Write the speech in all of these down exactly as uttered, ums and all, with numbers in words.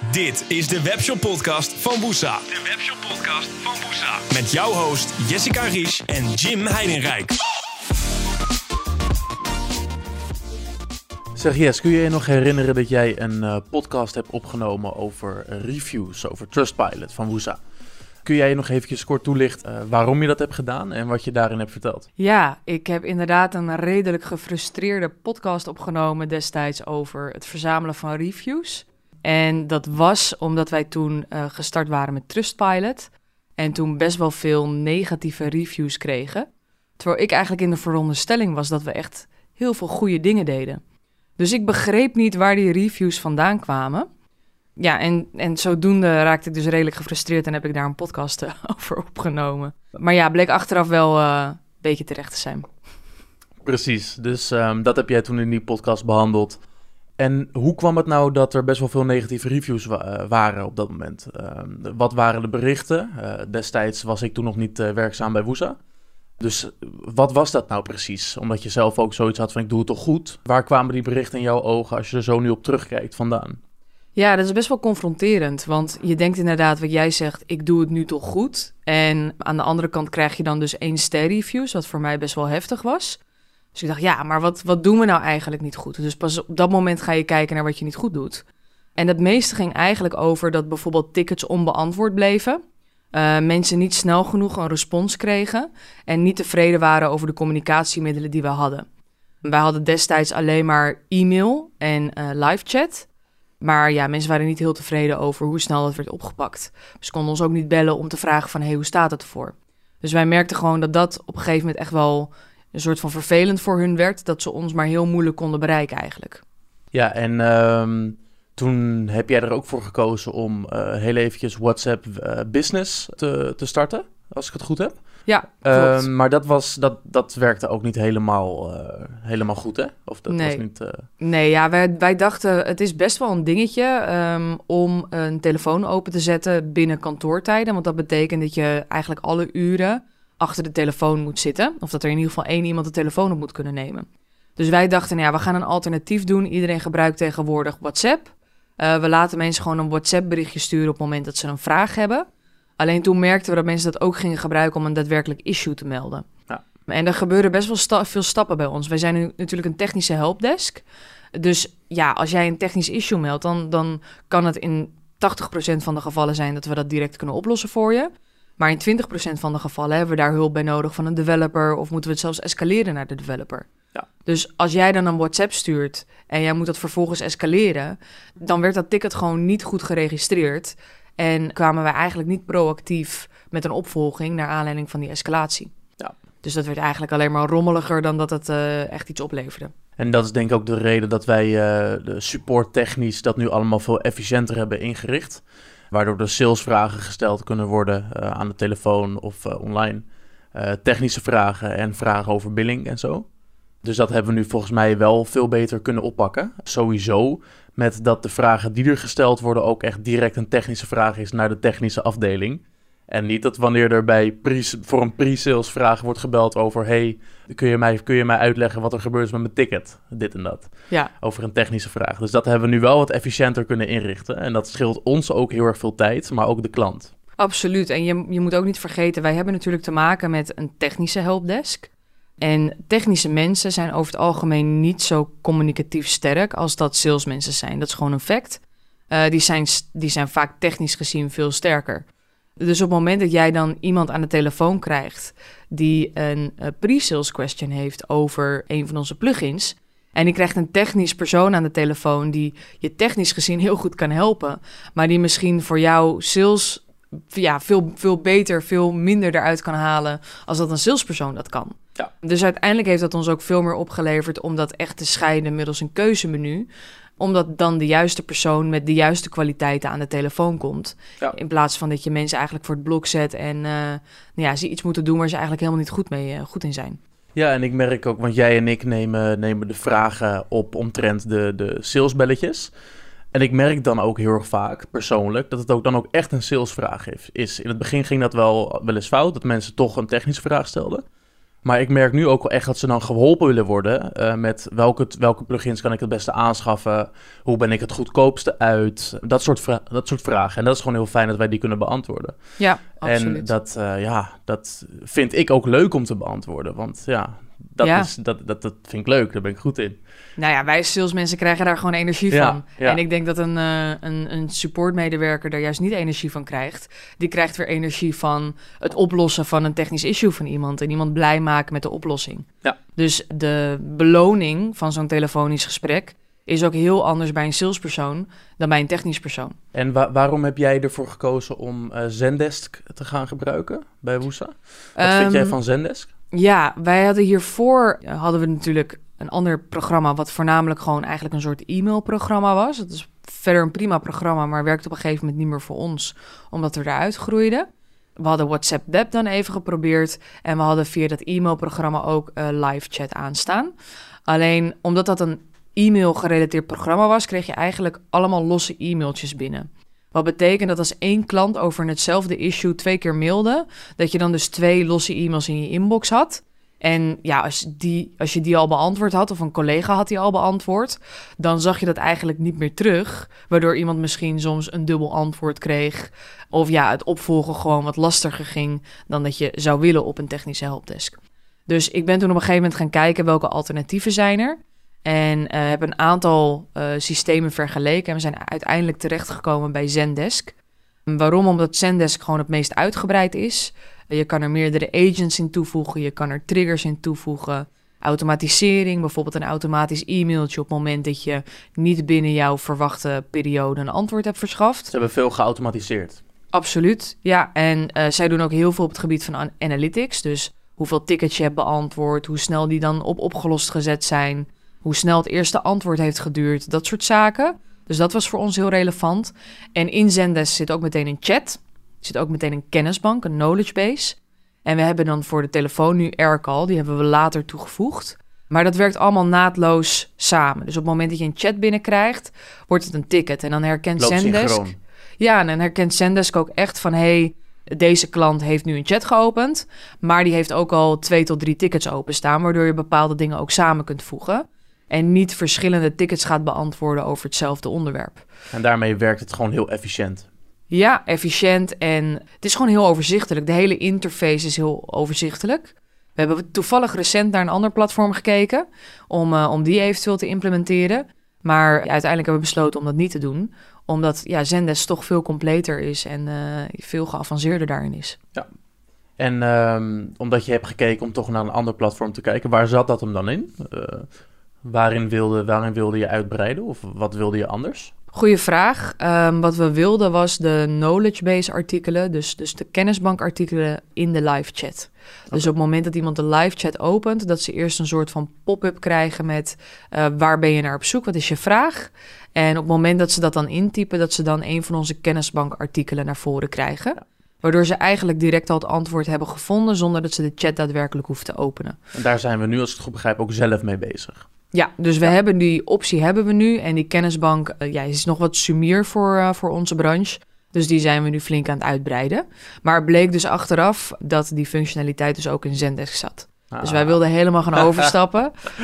Dit is de Webshop Podcast van Woesa. De Webshop Podcast van Woesa. Met jouw host Jessica Ries en Jim Heidenrijk. Zeg Jess, kun je je nog herinneren dat jij een uh, podcast hebt opgenomen over uh, reviews, over Trustpilot van Woesa? Kun jij je nog eventjes kort toelichten uh, waarom je dat hebt gedaan en wat je daarin hebt verteld? Ja, ik heb inderdaad een redelijk gefrustreerde podcast opgenomen destijds over het verzamelen van reviews. En dat was omdat wij toen uh, gestart waren met Trustpilot en toen best wel veel negatieve reviews kregen. Terwijl ik eigenlijk in de veronderstelling was dat we echt heel veel goede dingen deden. Dus ik begreep niet waar die reviews vandaan kwamen. Ja, en, en zodoende raakte ik dus redelijk gefrustreerd en heb ik daar een podcast uh, over opgenomen. Maar ja, bleek achteraf wel uh, een beetje terecht te zijn. Precies, dus um, dat heb jij toen in die podcast behandeld. En hoe kwam het nou dat er best wel veel negatieve reviews wa- uh, waren op dat moment? Uh, wat waren de berichten? Uh, destijds was ik toen nog niet uh, werkzaam bij Woesa. Dus wat was dat nou precies? Omdat je zelf ook zoiets had van ik doe het toch goed. Waar kwamen die berichten in jouw ogen als je er zo nu op terugkijkt vandaan? Ja, dat is best wel confronterend. Want je denkt inderdaad wat jij zegt, ik doe het nu toch goed. En aan de andere kant krijg je dan dus één ster reviews, wat voor mij best wel heftig was. Dus ik dacht, ja, maar wat, wat doen we nou eigenlijk niet goed? Dus pas op dat moment ga je kijken naar wat je niet goed doet. En het meeste ging eigenlijk over dat bijvoorbeeld tickets onbeantwoord bleven. Uh, mensen niet snel genoeg een respons kregen en niet tevreden waren over de communicatiemiddelen die we hadden. Wij hadden destijds alleen maar e-mail en uh, live chat. Maar ja, mensen waren niet heel tevreden over hoe snel dat werd opgepakt. Ze konden ons ook niet bellen om te vragen van, hey, hoe staat het ervoor? Dus wij merkten gewoon dat dat op een gegeven moment echt wel een soort van vervelend voor hun werd, dat ze ons maar heel moeilijk konden bereiken eigenlijk. Ja, en um, toen heb jij er ook voor gekozen om uh, heel eventjes WhatsApp uh, Business te, te starten, als ik het goed heb. Ja, klopt. Uh, maar dat, was, dat, dat werkte ook niet helemaal, uh, helemaal goed, hè? Of dat nee. was niet... Uh... Nee, ja, wij, wij dachten, het is best wel een dingetje um, om een telefoon open te zetten binnen kantoortijden. Want dat betekent dat je eigenlijk alle uren achter de telefoon moet zitten. Of dat er in ieder geval één iemand de telefoon op moet kunnen nemen. Dus wij dachten, nou ja, we gaan een alternatief doen. Iedereen gebruikt tegenwoordig WhatsApp. Uh, we laten mensen gewoon een WhatsApp-berichtje sturen op het moment dat ze een vraag hebben. Alleen toen merkten we dat mensen dat ook gingen gebruiken om een daadwerkelijk issue te melden. Ja. En er gebeuren best wel sta- veel stappen bij ons. Wij zijn nu natuurlijk een technische helpdesk. Dus ja, als jij een technisch issue meldt, dan, dan kan het in tachtig procent van de gevallen zijn dat we dat direct kunnen oplossen voor je. Maar in twintig procent van de gevallen hebben we daar hulp bij nodig van een developer of moeten we het zelfs escaleren naar de developer. Ja. Dus als jij dan een WhatsApp stuurt en jij moet dat vervolgens escaleren, dan werd dat ticket gewoon niet goed geregistreerd en kwamen wij eigenlijk niet proactief met een opvolging naar aanleiding van die escalatie. Ja. Dus dat werd eigenlijk alleen maar rommeliger dan dat het uh, echt iets opleverde. En dat is denk ik ook de reden dat wij uh, de support technisch dat nu allemaal veel efficiënter hebben ingericht. Waardoor de salesvragen gesteld kunnen worden uh, aan de telefoon of uh, online. Uh, technische vragen en vragen over billing en zo. Dus dat hebben we nu volgens mij wel veel beter kunnen oppakken. Sowieso met dat de vragen die er gesteld worden ook echt direct een technische vraag is naar de technische afdeling. En niet dat wanneer er bij pre- voor een pre-sales vraag wordt gebeld over hey, kun je, mij, kun je mij uitleggen wat er gebeurt met mijn ticket? Dit en dat. Ja. Over een technische vraag. Dus dat hebben we nu wel wat efficiënter kunnen inrichten. En dat scheelt ons ook heel erg veel tijd, maar ook de klant. Absoluut. En je, je moet ook niet vergeten, wij hebben natuurlijk te maken met een technische helpdesk. En technische mensen zijn over het algemeen niet zo communicatief sterk als dat salesmensen zijn. Dat is gewoon een fact. Uh, die, zijn, die zijn vaak technisch gezien veel sterker. Dus op het moment dat jij dan iemand aan de telefoon krijgt die een uh, pre-sales question heeft over een van onze plugins en die krijgt een technisch persoon aan de telefoon die je technisch gezien heel goed kan helpen, maar die misschien voor jou sales ja, veel, veel beter, veel minder eruit kan halen als dat een salespersoon dat kan. Ja. Dus uiteindelijk heeft dat ons ook veel meer opgeleverd om dat echt te scheiden middels een keuzemenu, omdat dan de juiste persoon met de juiste kwaliteiten aan de telefoon komt. Ja. In plaats van dat je mensen eigenlijk voor het blok zet en uh, nou ja, ze iets moeten doen waar ze eigenlijk helemaal niet goed, mee, uh, goed in zijn. Ja, en ik merk ook, want jij en ik nemen, nemen de vragen op omtrent de, de salesbelletjes. En ik merk dan ook heel erg vaak, persoonlijk, dat het ook dan ook echt een salesvraag is. In het begin ging dat wel, wel eens fout, dat mensen toch een technische vraag stelden. Maar ik merk nu ook wel echt dat ze dan geholpen willen worden uh, met welke, welke plugins kan ik het beste aanschaffen, hoe ben ik het goedkoopste uit, dat soort, vra- dat soort vragen. En dat is gewoon heel fijn dat wij die kunnen beantwoorden. Ja, absoluut. En dat, uh, ja, dat vind ik ook leuk om te beantwoorden, want ja, dat, ja. Is, dat, dat, dat vind ik leuk, daar ben ik goed in. Nou ja, wij salesmensen krijgen daar gewoon energie ja, van. Ja. En ik denk dat een, uh, een, een supportmedewerker daar juist niet energie van krijgt. Die krijgt weer energie van het oplossen van een technisch issue van iemand. En iemand blij maken met de oplossing. Ja. Dus de beloning van zo'n telefonisch gesprek is ook heel anders bij een salespersoon dan bij een technisch persoon. En wa- waarom heb jij ervoor gekozen om uh, Zendesk te gaan gebruiken bij Woosa? Wat um, vind jij van Zendesk? Ja, wij hadden hiervoor, uh, hadden we natuurlijk een ander programma wat voornamelijk gewoon eigenlijk een soort e-mailprogramma was. Het is verder een prima programma, maar werkte op een gegeven moment niet meer voor ons, omdat we eruit groeiden. We hadden WhatsApp Web dan even geprobeerd en we hadden via dat e-mailprogramma ook uh, live chat aanstaan. Alleen omdat dat een e-mail gerelateerd programma was, kreeg je eigenlijk allemaal losse e-mailtjes binnen. Wat betekent dat als één klant over hetzelfde issue twee keer mailde, dat je dan dus twee losse e-mails in je inbox had. En ja, als, die, als je die al beantwoord had, of een collega had die al beantwoord, dan zag je dat eigenlijk niet meer terug, waardoor iemand misschien soms een dubbel antwoord kreeg, of ja, het opvolgen gewoon wat lastiger ging dan dat je zou willen op een technische helpdesk. Dus ik ben toen op een gegeven moment gaan kijken welke alternatieven zijn er. En uh, heb een aantal uh, systemen vergeleken en we zijn uiteindelijk terechtgekomen bij Zendesk. Waarom? Omdat Zendesk gewoon het meest uitgebreid is. Je kan er meerdere agents in toevoegen, je kan er triggers in toevoegen. Automatisering, bijvoorbeeld een automatisch e-mailtje op het moment dat je niet binnen jouw verwachte periode een antwoord hebt verschaft. Ze hebben veel geautomatiseerd. Absoluut, ja. En uh, zij doen ook heel veel op het gebied van an- analytics. Dus hoeveel tickets je hebt beantwoord, hoe snel die dan op opgelost gezet zijn, hoe snel het eerste antwoord heeft geduurd, dat soort zaken. Dus dat was voor ons heel relevant. En in Zendesk zit ook meteen een chat. Er zit ook meteen een kennisbank, een knowledge base. En we hebben dan voor de telefoon nu AirCall, die hebben we later toegevoegd. Maar dat werkt allemaal naadloos samen. Dus op het moment dat je een chat binnenkrijgt, wordt het een ticket. En dan herkent Loopt Zendesk... synchroon. Ja, en dan herkent Zendesk ook echt van, hey, deze klant heeft nu een chat geopend, maar die heeft ook al twee tot drie tickets openstaan, waardoor je bepaalde dingen ook samen kunt voegen. En niet verschillende tickets gaat beantwoorden over hetzelfde onderwerp. En daarmee werkt het gewoon heel efficiënt. Ja, efficiënt en het is gewoon heel overzichtelijk. De hele interface is heel overzichtelijk. We hebben toevallig recent naar een ander platform gekeken om, uh, om die eventueel te implementeren. Maar ja, uiteindelijk hebben we besloten om dat niet te doen, omdat ja, Zendesk toch veel completer is en uh, veel geavanceerder daarin is. Ja. En um, omdat je hebt gekeken om toch naar een ander platform te kijken, waar zat dat hem dan in? Uh, waarin, wilde, waarin wilde je uitbreiden of wat wilde je anders? Goeie vraag. Um, wat we wilden was de knowledge base artikelen, dus, dus de kennisbankartikelen in de live chat. Okay. Dus op het moment dat iemand de live chat opent, dat ze eerst een soort van pop-up krijgen met uh, waar ben je naar op zoek, wat is je vraag? En op het moment dat ze dat dan intypen, dat ze dan een van onze kennisbankartikelen naar voren krijgen. Ja. Waardoor ze eigenlijk direct al het antwoord hebben gevonden, zonder dat ze de chat daadwerkelijk hoeven te openen. En daar zijn we nu, als ik het goed begrijp, ook zelf mee bezig. Ja, dus we ja. hebben die optie hebben we nu. En die kennisbank uh, ja, is nog wat sumier voor, uh, voor onze branche. Dus die zijn we nu flink aan het uitbreiden. Maar het bleek dus achteraf dat die functionaliteit dus ook in Zendesk zat. Ah. Dus wij wilden helemaal gaan overstappen.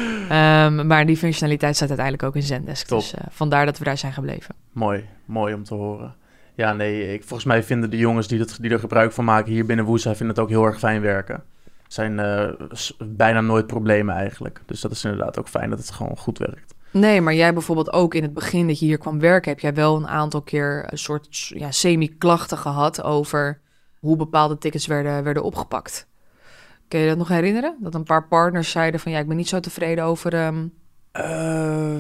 um, maar die functionaliteit staat uiteindelijk ook in Zendesk. Top. Dus uh, vandaar dat we daar zijn gebleven. Mooi, mooi om te horen. Ja, nee, ik, volgens mij vinden de jongens die, dat, die er gebruik van maken hier binnen Woosa, vinden het ook heel erg fijn werken. Er zijn uh, bijna nooit problemen eigenlijk. Dus dat is inderdaad ook fijn dat het gewoon goed werkt. Nee, maar jij bijvoorbeeld ook in het begin dat je hier kwam werken, heb jij wel een aantal keer een soort ja, semi-klachten gehad over hoe bepaalde tickets werden, werden opgepakt. Kun je dat nog herinneren? Dat een paar partners zeiden van ja, ik ben niet zo tevreden over... Um... Uh,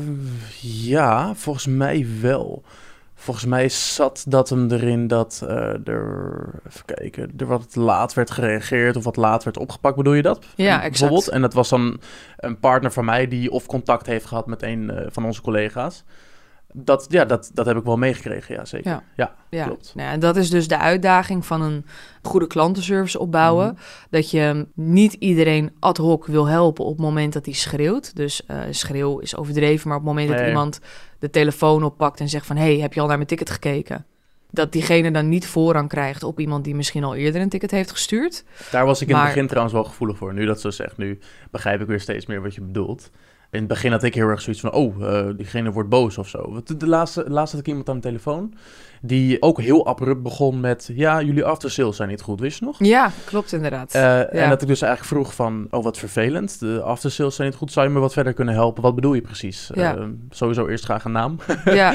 ja, volgens mij wel. Volgens mij zat dat hem erin dat uh, er, even kijken, er wat laat werd gereageerd of wat laat werd opgepakt. Bedoel je dat? Ja, exact. En dat was dan een partner van mij die of contact heeft gehad met een uh, van onze collega's. Dat, ja, dat, dat heb ik wel meegekregen, ja, zeker. Ja, ja, ja. klopt. Nou, en dat is dus de uitdaging van een goede klantenservice opbouwen. Mm-hmm. Dat je niet iedereen ad hoc wil helpen op het moment dat hij schreeuwt. Dus uh, schreeuw is overdreven, maar op het moment nee. dat iemand de telefoon oppakt en zegt van... hey, heb je al naar mijn ticket gekeken? dat diegene dan niet voorrang krijgt op iemand die misschien al eerder een ticket heeft gestuurd. Daar was ik in maar... het begin trouwens wel gevoelig voor. Nu dat zo zegt, nu begrijp ik weer steeds meer wat je bedoelt. In het begin had ik heel erg zoiets van, oh, uh, diegene wordt boos of zo. De, de laatste, de laatste had ik iemand aan de telefoon die ook heel abrupt begon met, ja, jullie aftersales zijn niet goed, wist je nog? Ja, klopt inderdaad. Uh, ja. En dat ik dus eigenlijk vroeg van, oh, wat vervelend, de aftersales zijn niet goed, zou je me wat verder kunnen helpen? Wat bedoel je precies? Ja. Uh, sowieso eerst graag een naam, ja.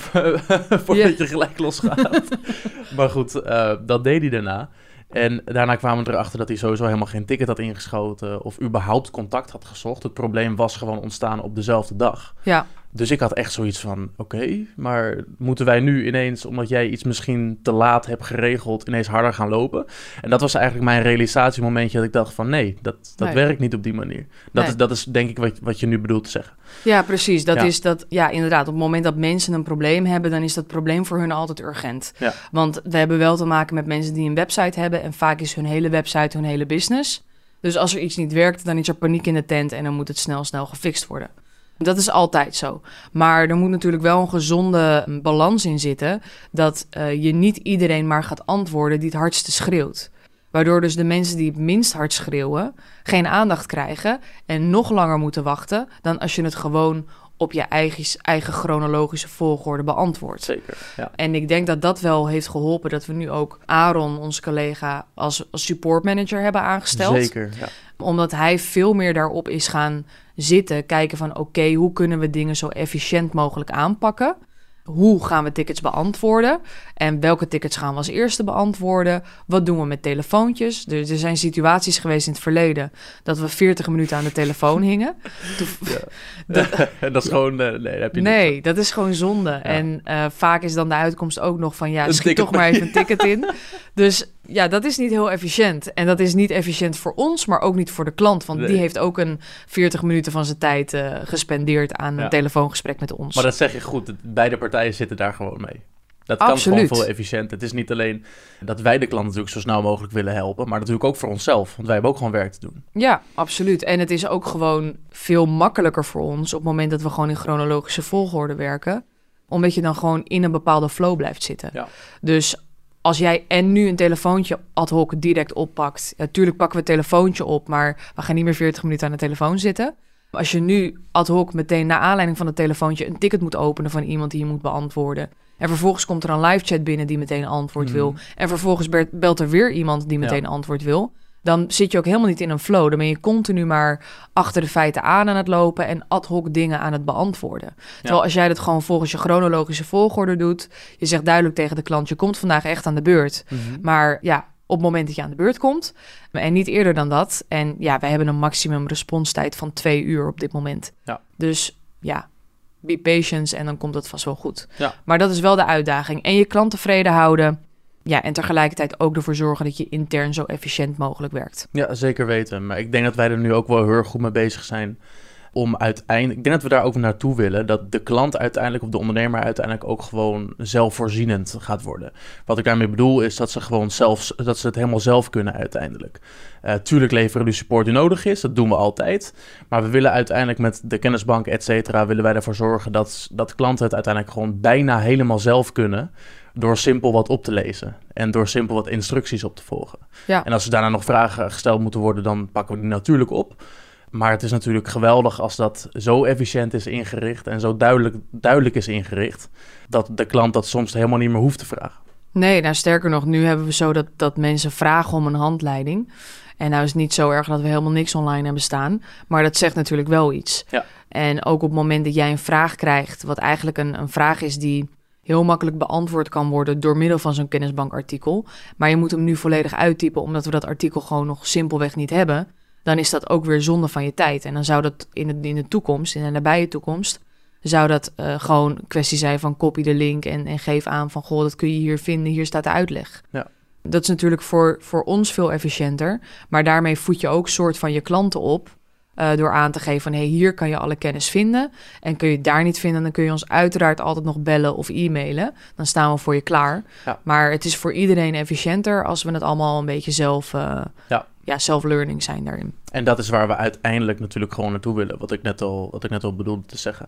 voordat ja. je gelijk losgaat. Maar goed, uh, dat deed hij daarna. En daarna kwamen we erachter dat hij sowieso helemaal geen ticket had ingeschoten of überhaupt contact had gezocht. Het probleem was gewoon ontstaan op dezelfde dag. Ja. Dus ik had echt zoiets van, oké, okay, maar moeten wij nu ineens, omdat jij iets misschien te laat hebt geregeld, ineens harder gaan lopen? En dat was eigenlijk mijn realisatiemomentje dat ik dacht van, nee, dat, dat nee. werkt niet op die manier. Dat, nee. is, dat is denk ik wat, wat je nu bedoelt te zeggen. Ja, precies. Dat ja. is dat, ja, inderdaad, op het moment dat mensen een probleem hebben, dan is dat probleem voor hun altijd urgent. Ja. Want we hebben wel te maken met mensen die een website hebben en vaak is hun hele website hun hele business. Dus als er iets niet werkt, dan is er paniek in de tent en dan moet het snel, snel gefixt worden. Dat is altijd zo. Maar er moet natuurlijk wel een gezonde balans in zitten, dat uh, je niet iedereen maar gaat antwoorden die het hardste schreeuwt. Waardoor dus de mensen die het minst hard schreeuwen geen aandacht krijgen en nog langer moeten wachten dan als je het gewoon op je eigen, eigen chronologische volgorde beantwoordt. Zeker, ja. En ik denk dat dat wel heeft geholpen dat we nu ook Aaron, onze collega, als, als supportmanager hebben aangesteld. Zeker, ja. Omdat hij veel meer daarop is gaan zitten, kijken van oké, okay, hoe kunnen we dingen zo efficiënt mogelijk aanpakken? Hoe gaan we tickets beantwoorden? En welke tickets gaan we als eerste beantwoorden? Wat doen we met telefoontjes? Er, er zijn situaties geweest in het verleden dat we veertig minuten aan de telefoon hingen. Toen, ja. dat, dat is gewoon... Uh, nee, heb je nee niet. dat is gewoon zonde. Ja. En uh, vaak is dan de uitkomst ook nog van ja, een schiet toch maar even een ticket in. Dus ja, dat is niet heel efficiënt. En dat is niet efficiënt voor ons, maar ook niet voor de klant. Want nee. die heeft ook een veertig minuten van zijn tijd uh, gespendeerd aan ja. een telefoongesprek met ons. Maar dat zeg je goed. Beide partijen zitten daar gewoon mee. Dat Absoluut. kan gewoon veel efficiënt. Het is niet alleen dat wij de klant natuurlijk zo snel mogelijk willen helpen, maar natuurlijk ook voor onszelf. Want wij hebben ook gewoon werk te doen. Ja, absoluut. En het is ook gewoon veel makkelijker voor ons op het moment dat we gewoon in chronologische volgorde werken. Omdat je dan gewoon in een bepaalde flow blijft zitten. Ja. Dus als jij en nu een telefoontje ad hoc direct oppakt. Natuurlijk pakken we het telefoontje op, maar we gaan niet meer veertig minuten aan de telefoon zitten. Als je nu ad hoc meteen naar aanleiding van het telefoontje een ticket moet openen van iemand die je moet beantwoorden. En vervolgens komt er een live chat binnen die meteen antwoord mm. wil. En vervolgens belt er weer iemand die meteen ja. antwoord wil. Dan zit je ook helemaal niet in een flow. Dan ben je continu maar achter de feiten aan aan het lopen en ad hoc dingen aan het beantwoorden. Ja. Terwijl als jij dat gewoon volgens je chronologische volgorde doet, je zegt duidelijk tegen de klant, je komt vandaag echt aan de beurt. Mm-hmm. Maar ja, op het moment dat je aan de beurt komt en niet eerder dan dat. En ja, wij hebben een maximum responstijd van twee uur op dit moment. Ja. Dus ja, be patient en dan komt het vast wel goed. Ja. Maar dat is wel de uitdaging. En je klant tevreden houden. Ja, en tegelijkertijd ook ervoor zorgen dat je intern zo efficiënt mogelijk werkt. Ja, zeker weten. Maar ik denk dat wij er nu ook wel heel erg goed mee bezig zijn om uiteindelijk... Ik denk dat we daar ook naartoe willen, dat de klant uiteindelijk of de ondernemer uiteindelijk ook gewoon zelfvoorzienend gaat worden. Wat ik daarmee bedoel is dat ze gewoon zelf, dat ze het helemaal zelf kunnen uiteindelijk. Uh, tuurlijk leveren we de support die nodig is, dat doen we altijd. Maar we willen uiteindelijk met de kennisbank, et cetera, willen wij ervoor zorgen dat, dat klanten het uiteindelijk gewoon bijna helemaal zelf kunnen, door simpel wat op te lezen en door simpel wat instructies op te volgen. Ja. En als er daarna nog vragen gesteld moeten worden, dan pakken we die natuurlijk op. Maar het is natuurlijk geweldig als dat zo efficiënt is ingericht en zo duidelijk, duidelijk is ingericht, dat de klant dat soms helemaal niet meer hoeft te vragen. Nee, nou sterker nog, nu hebben we zo dat, dat mensen vragen om een handleiding. En nou is het niet zo erg dat we helemaal niks online hebben staan, maar dat zegt natuurlijk wel iets. Ja. En ook op het moment dat jij een vraag krijgt, wat eigenlijk een, een vraag is die heel makkelijk beantwoord kan worden door middel van zo'n kennisbankartikel, maar je moet hem nu volledig uittypen, omdat we dat artikel gewoon nog simpelweg niet hebben, dan is dat ook weer zonde van je tijd. En dan zou dat in de, in de toekomst, in de nabije toekomst, zou dat uh, gewoon een kwestie zijn van copy de link en, en geef aan van, goh, dat kun je hier vinden, hier staat de uitleg. Ja. Dat is natuurlijk voor, voor ons veel efficiënter, maar daarmee voed je ook soort van je klanten op, uh, door aan te geven van, hey, hier kan je alle kennis vinden. En kun je het daar niet vinden, dan kun je ons uiteraard altijd nog bellen of e-mailen. Dan staan we voor je klaar. Ja. Maar het is voor iedereen efficiënter als we het allemaal een beetje zelf... Uh, ja. Ja, self-learning zijn daarin. En dat is waar we uiteindelijk natuurlijk gewoon naartoe willen, wat ik net al, wat ik net al bedoelde te zeggen.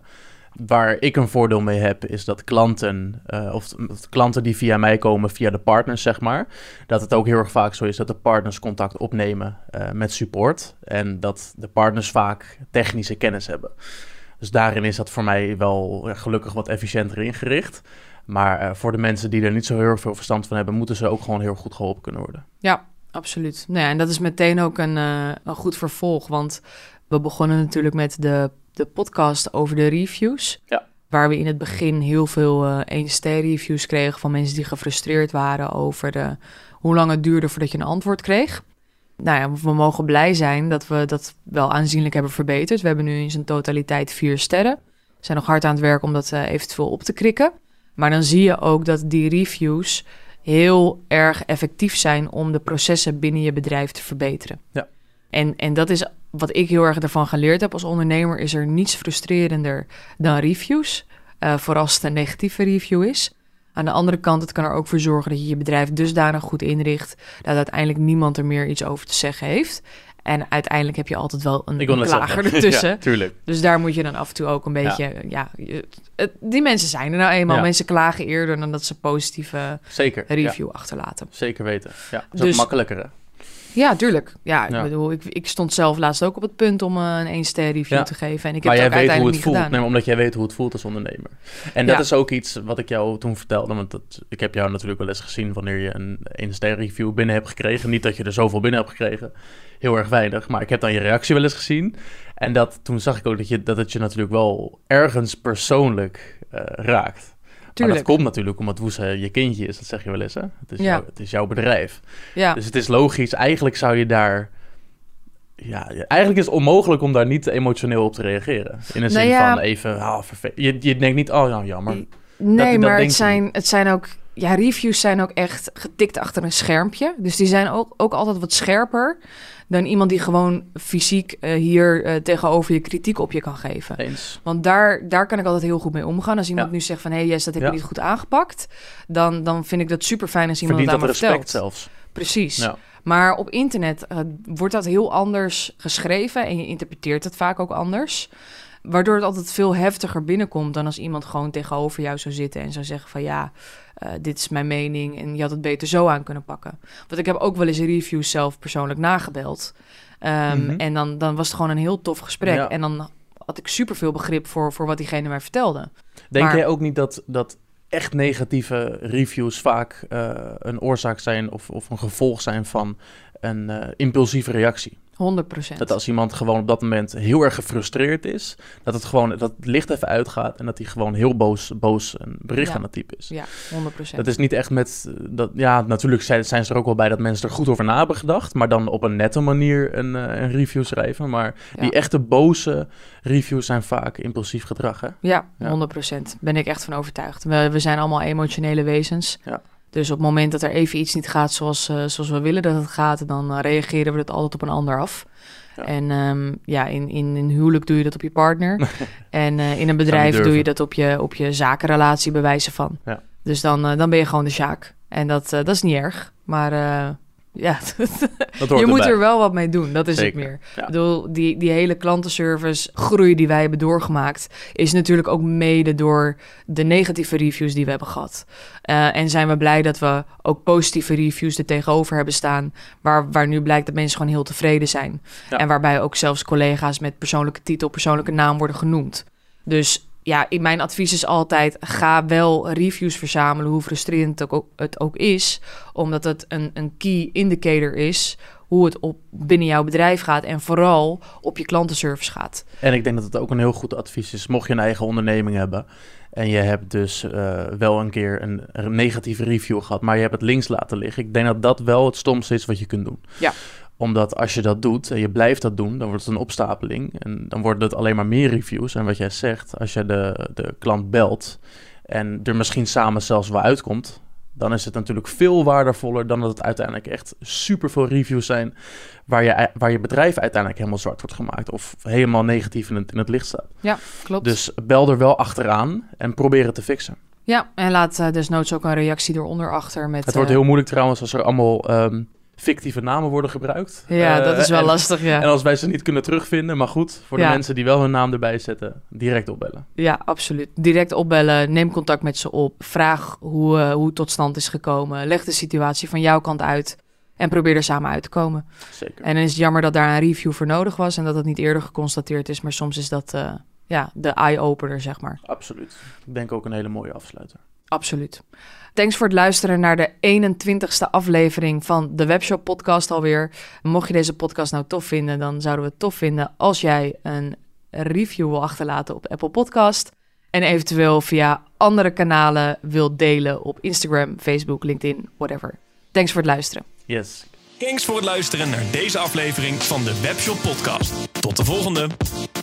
Waar ik een voordeel mee heb, is dat klanten, uh, of klanten die via mij komen, via de partners, zeg maar, dat het ook heel erg vaak zo is dat de partners contact opnemen uh, met support. En dat de partners vaak technische kennis hebben. Dus daarin is dat voor mij wel uh, gelukkig wat efficiënter ingericht. Maar uh, voor de mensen die er niet zo heel erg veel verstand van hebben, moeten ze ook gewoon heel goed geholpen kunnen worden. Ja, absoluut. Nou ja, en dat is meteen ook een, uh, een goed vervolg, want we begonnen natuurlijk met de, de podcast over de reviews. Ja. Waar we in het begin heel veel uh, één-ster reviews kregen van mensen die gefrustreerd waren over de, hoe lang het duurde voordat je een antwoord kreeg. Nou ja, we mogen blij zijn dat we dat wel aanzienlijk hebben verbeterd. We hebben nu in zijn totaliteit vier sterren. We zijn nog hard aan het werk om dat uh, eventueel op te krikken. Maar dan zie je ook dat die reviews heel erg effectief zijn om de processen binnen je bedrijf te verbeteren. Ja. En, en dat is wat ik heel erg ervan geleerd heb. Als ondernemer is er niets frustrerender dan reviews. Uh, vooral als het een negatieve review is. Aan de andere kant, het kan er ook voor zorgen dat je je bedrijf dusdanig goed inricht dat uiteindelijk niemand er meer iets over te zeggen heeft. En uiteindelijk heb je altijd wel een, een klager ertussen. Ja, tuurlijk. Dus daar moet je dan af en toe ook een beetje... Ja. Ja, het, die mensen zijn er nou eenmaal. Ja. Mensen klagen eerder dan dat ze positieve Zeker, review ja. achterlaten. Zeker weten. Ja, dat is dus, ook makkelijker, hè? Ja, tuurlijk. Ja, ja. Ik bedoel, ik, ik stond zelf laatst ook op het punt om uh, een één-ster review ja. te geven. En ik heb maar het ook jij weet hoe het niet voelt. gedaan. Nee, maar omdat jij weet hoe het voelt als ondernemer. En dat ja. is ook iets wat ik jou toen vertelde. Want dat, ik heb jou natuurlijk wel eens gezien wanneer je een één-ster review binnen hebt gekregen. Niet dat je er zoveel binnen hebt gekregen. Heel erg weinig. Maar ik heb dan je reactie wel eens gezien. En dat, toen zag ik ook dat, je, dat het je natuurlijk wel ergens persoonlijk uh, raakt. Tuurlijk. Maar dat komt natuurlijk omdat Woesa je kindje is, dat zeg je wel eens, hè? Het is, ja. jou, het is jouw bedrijf. Ja. Dus het is logisch, eigenlijk zou je daar... Ja, eigenlijk is het onmogelijk om daar niet emotioneel op te reageren. In een nou zin ja. van even, ah, vervelend. Je, je denkt niet, oh nou, jammer. Nee, dat, maar dat het, zijn, het zijn ook... Ja, reviews zijn ook echt getikt achter een schermpje. Dus die zijn ook, ook altijd wat scherper dan iemand die gewoon fysiek uh, hier uh, tegenover je kritiek op je kan geven. Eens. Want daar, daar kan ik altijd heel goed mee omgaan. Als iemand ja. nu zegt van, hé hey, Jess, dat heb ja. je niet goed aangepakt, dan, dan vind ik dat super fijn als iemand Verdient dat aan me respect vertelt. Zelfs. Precies. Ja. Maar op internet uh, wordt dat heel anders geschreven en je interpreteert het vaak ook anders. Waardoor het altijd veel heftiger binnenkomt dan als iemand gewoon tegenover jou zou zitten en zou zeggen van ja, uh, dit is mijn mening en je had het beter zo aan kunnen pakken. Want ik heb ook wel eens reviews zelf persoonlijk nagebeld. Um, mm-hmm. En dan, dan was het gewoon een heel tof gesprek. Ja. En dan had ik superveel begrip voor, voor wat diegene mij vertelde. Denk maar, jij ook niet dat, dat echt negatieve reviews vaak uh, een oorzaak zijn of, of een gevolg zijn van een uh, impulsieve reactie? honderd procent. Dat als iemand gewoon op dat moment heel erg gefrustreerd is, dat het gewoon, dat het licht even uitgaat en dat hij gewoon heel boos, boos een bericht ja. aan het typen is. Ja, honderd procent. Dat is niet echt met, dat, ja, natuurlijk zijn, zijn ze er ook wel bij dat mensen er goed over na hebben gedacht, maar dan op een nette manier een, uh, een review schrijven. Maar ja. die echte boze reviews zijn vaak impulsief gedrag, hè? Ja, honderd procent. Ben ik echt van overtuigd. We, we zijn allemaal emotionele wezens. Ja. Dus op het moment dat er even iets niet gaat zoals, uh, zoals we willen dat het gaat, dan uh, reageren we het altijd op een ander af. Ja. En um, ja, in, in een huwelijk doe je dat op je partner. en uh, in een bedrijf doe je dat op je, op je zakenrelatie bij wijze van. Ja. Dus dan, uh, dan ben je gewoon de sjaak. En dat, uh, dat is niet erg. Maar uh, ja, je moet er wel wat mee doen. Dat is Zeker. het meer. Ja. Ik bedoel, die, die hele klantenservice groei die wij hebben doorgemaakt is natuurlijk ook mede door de negatieve reviews die we hebben gehad. Uh, en zijn we blij dat we ook positieve reviews er tegenover hebben staan, waar, waar nu blijkt dat mensen gewoon heel tevreden zijn. Ja. En waarbij ook zelfs collega's met persoonlijke titel, persoonlijke naam worden genoemd. Dus ja, in mijn advies is altijd, ga wel reviews verzamelen, hoe frustrerend het ook, het ook is. Omdat het een, een key indicator is hoe het op binnen jouw bedrijf gaat en vooral op je klantenservice gaat. En ik denk dat het ook een heel goed advies is, mocht je een eigen onderneming hebben en je hebt dus uh, wel een keer een, een negatieve review gehad, maar je hebt het links laten liggen. Ik denk dat dat wel het stomste is wat je kunt doen. Ja. Omdat als je dat doet en je blijft dat doen, dan wordt het een opstapeling. En dan worden het alleen maar meer reviews. En wat jij zegt, als je de, de klant belt en er misschien samen zelfs wel uitkomt, dan is het natuurlijk veel waardevoller dan dat het uiteindelijk echt superveel reviews zijn waar je, waar je bedrijf uiteindelijk helemaal zwart wordt gemaakt of helemaal negatief in het, in het licht staat. Ja, klopt. Dus bel er wel achteraan en probeer het te fixen. Ja, en laat uh, desnoods ook een reactie eronder achter. Met, het wordt uh... heel moeilijk trouwens als er allemaal Um, fictieve namen worden gebruikt. Ja, Uh, dat is wel en, lastig, ja. En als wij ze niet kunnen terugvinden, maar goed, voor de ja. mensen die wel hun naam erbij zetten, direct opbellen. Ja, absoluut. Direct opbellen, neem contact met ze op, vraag hoe, uh, hoe het tot stand is gekomen, leg de situatie van jouw kant uit en probeer er samen uit te komen. Zeker. En dan is het jammer dat daar een review voor nodig was en dat het niet eerder geconstateerd is, maar soms is dat uh, ja, de eye-opener, zeg maar. Absoluut. Ik denk ook een hele mooie afsluiter. Absoluut. Thanks voor het luisteren naar de eenentwintigste aflevering van de Webshop Podcast alweer. Mocht je deze podcast nou tof vinden, dan zouden we het tof vinden als jij een review wil achterlaten op Apple Podcast. En eventueel via andere kanalen wil delen op Instagram, Facebook, LinkedIn, whatever. Thanks voor het luisteren. Yes. Thanks voor het luisteren naar deze aflevering van de Webshop Podcast. Tot de volgende!